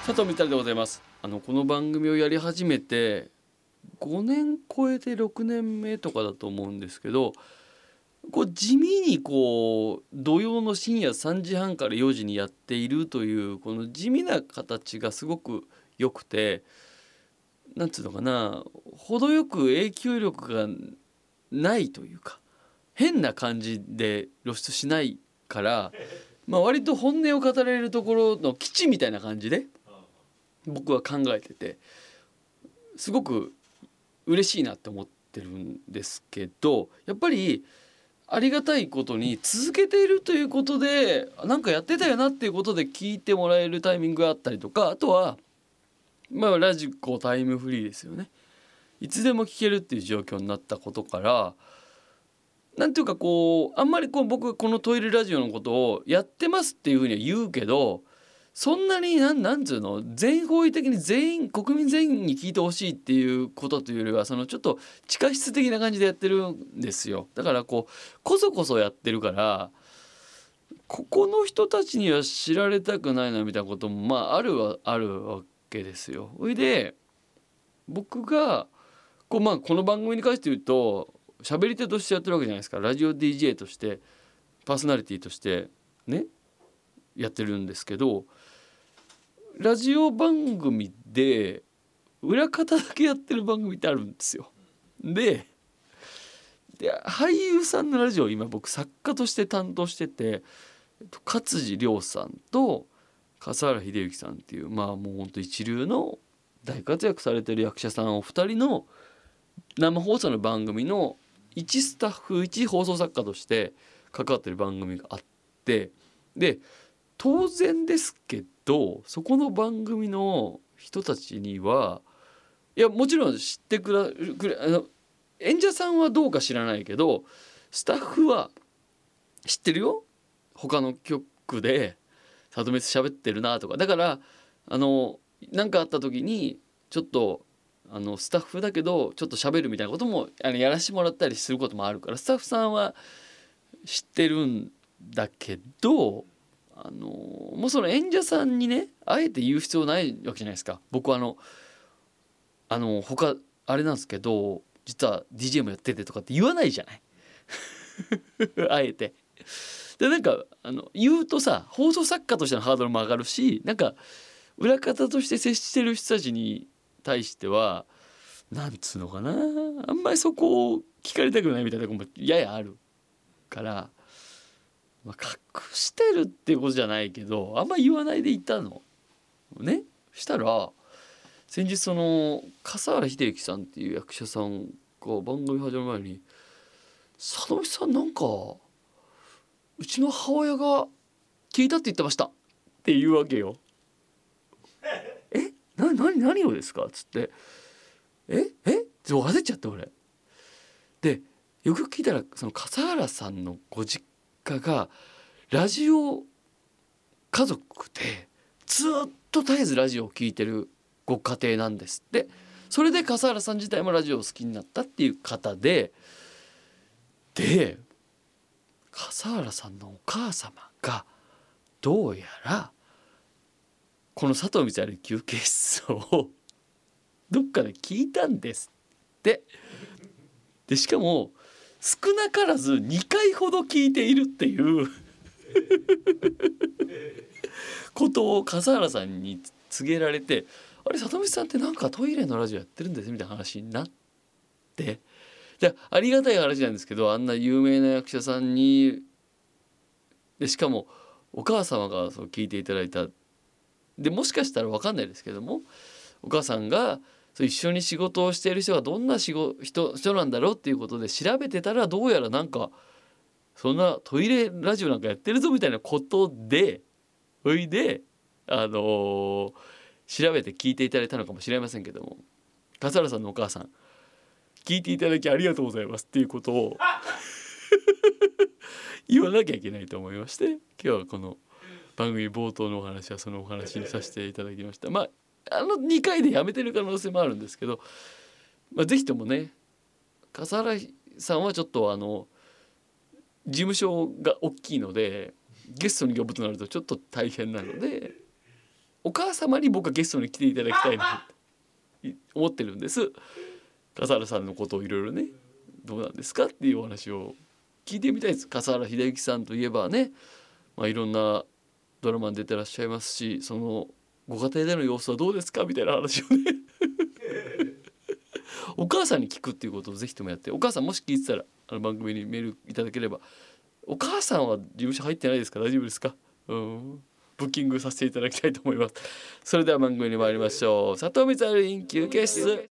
佐藤光でございます。この番組をやり始めて5年超えて6年目とかだと思うんですけど、こう地味にこう土曜の深夜3時半から4時にやっているというこの地味な形がすごく良くて、なんつうのかな、程よく影響力がないというか変な感じで露出しないから、割と本音を語れるところの基地みたいな感じで僕は考えてて、すごく嬉しいなって思ってるんですけど、やっぱりありがたいことに続けているということで、なんかやってたよなっていうことで聞いてもらえるタイミングがあったりとか、あとはラジコタイムフリーですよね。いつでも聞けるっていう状況になったことから、なんていうかこうあんまりこう僕このトイレラジオのことをやってますっていうふうには言うけど、そんなになんつうの全方位的に国民全員に聞いてほしいっていうことというよりは、そのちょっと地下室的な感じでやってるんですよ。だからこそこそやってるから、ここの人たちには知られたくないなみたいなこともあるわけですよ。それで僕がこの番組に関して言うと喋り手としてやってるわけじゃないですか。ラジオ DJ としてパーソナリティとしてねやってるんですけど、ラジオ番組で裏方だけやってる番組ってあるんですよ。で俳優さんのラジオを今僕作家として担当してて、勝地涼さんと笠原秀幸さんっていうもう本当一流の大活躍されてる役者さんお二人の生放送の番組の一スタッフ一放送作家として関わってる番組があって、で当然ですけどそこの番組の人たちにはいやもちろん知ってくれ演者さんはどうか知らないけどスタッフは知ってるよ。他の局で里見喋ってるなとか、だから何かあった時にちょっとスタッフだけどちょっと喋るみたいなこともやらしてもらったりすることもあるから、スタッフさんは知ってるんだけど、もうその演者さんにねあえて言う必要ないわけじゃないですか。僕は他あれなんですけど実は DJ もやっててとかって言わないじゃないあえて。で言うとさ、放送作家としてのハードルも上がるし、裏方として接してる人たちに対してはなんつうのかな、あんまりそこを聞かれたくないみたいなところもややあるから、隠してるっていうことじゃないけどあんまり言わないでいたのね。したら先日笠原秀幸さんっていう役者さんが番組始まる前に「佐野さんうちの母親が聞いたって言ってました」って言うわけよ。何をですかっつってちょっと忘れちゃって俺で、よく聞いたらその笠原さんのご実家がラジオ家族でずっと絶えずラジオを聞いてるご家庭なんですって。それで笠原さん自体もラジオを好きになったっていう方で笠原さんのお母様がどうやらこの佐藤光晴休憩室をどっかで聞いたんですって。でしかも少なからず2回ほど聞いているっていうことを笠原さんに告げられて、あれ里見さんってトイレのラジオやってるんですみたいな話になって、でありがたい話なんですけど、あんな有名な役者さんにでしかもお母様がそう聞いていただいた。でもしかしたら分かんないですけども、お母さんが一緒に仕事をしている人がどんな人なんだろうっていうことで調べてたら、どうやらそんなトイレラジオなんかやってるぞみたいなことで、それで調べて聞いていただいたのかもしれませんけども、笠原さんのお母さん聞いていただきありがとうございますっていうことを言わなきゃいけないと思いまして、今日はこの番組冒頭のお話はそのお話にさせていただきました。2回でやめてる可能性もあるんですけど、ぜひともね、笠原さんはちょっと事務所が大きいのでゲストに呼ぶとなるとちょっと大変なので、 お母様に僕はゲストに来ていただきたいなと思ってるんです。笠原さんのことをいろいろねどうなんですかっていうお話を聞いてみたいです。笠原秀幸さんといえばね、いろんなドラマに出てらっしゃいますし、そのご家庭での様子はどうですかみたいな話をねお母さんに聞くっていうことをぜひともやって、お母さんもし聞いてたら番組にメールいただければ。お母さんは事務所入ってないですか？大丈夫ですか？ブッキングさせていただきたいと思います。それでは番組に参りましょう。佐藤光晴イン休憩室。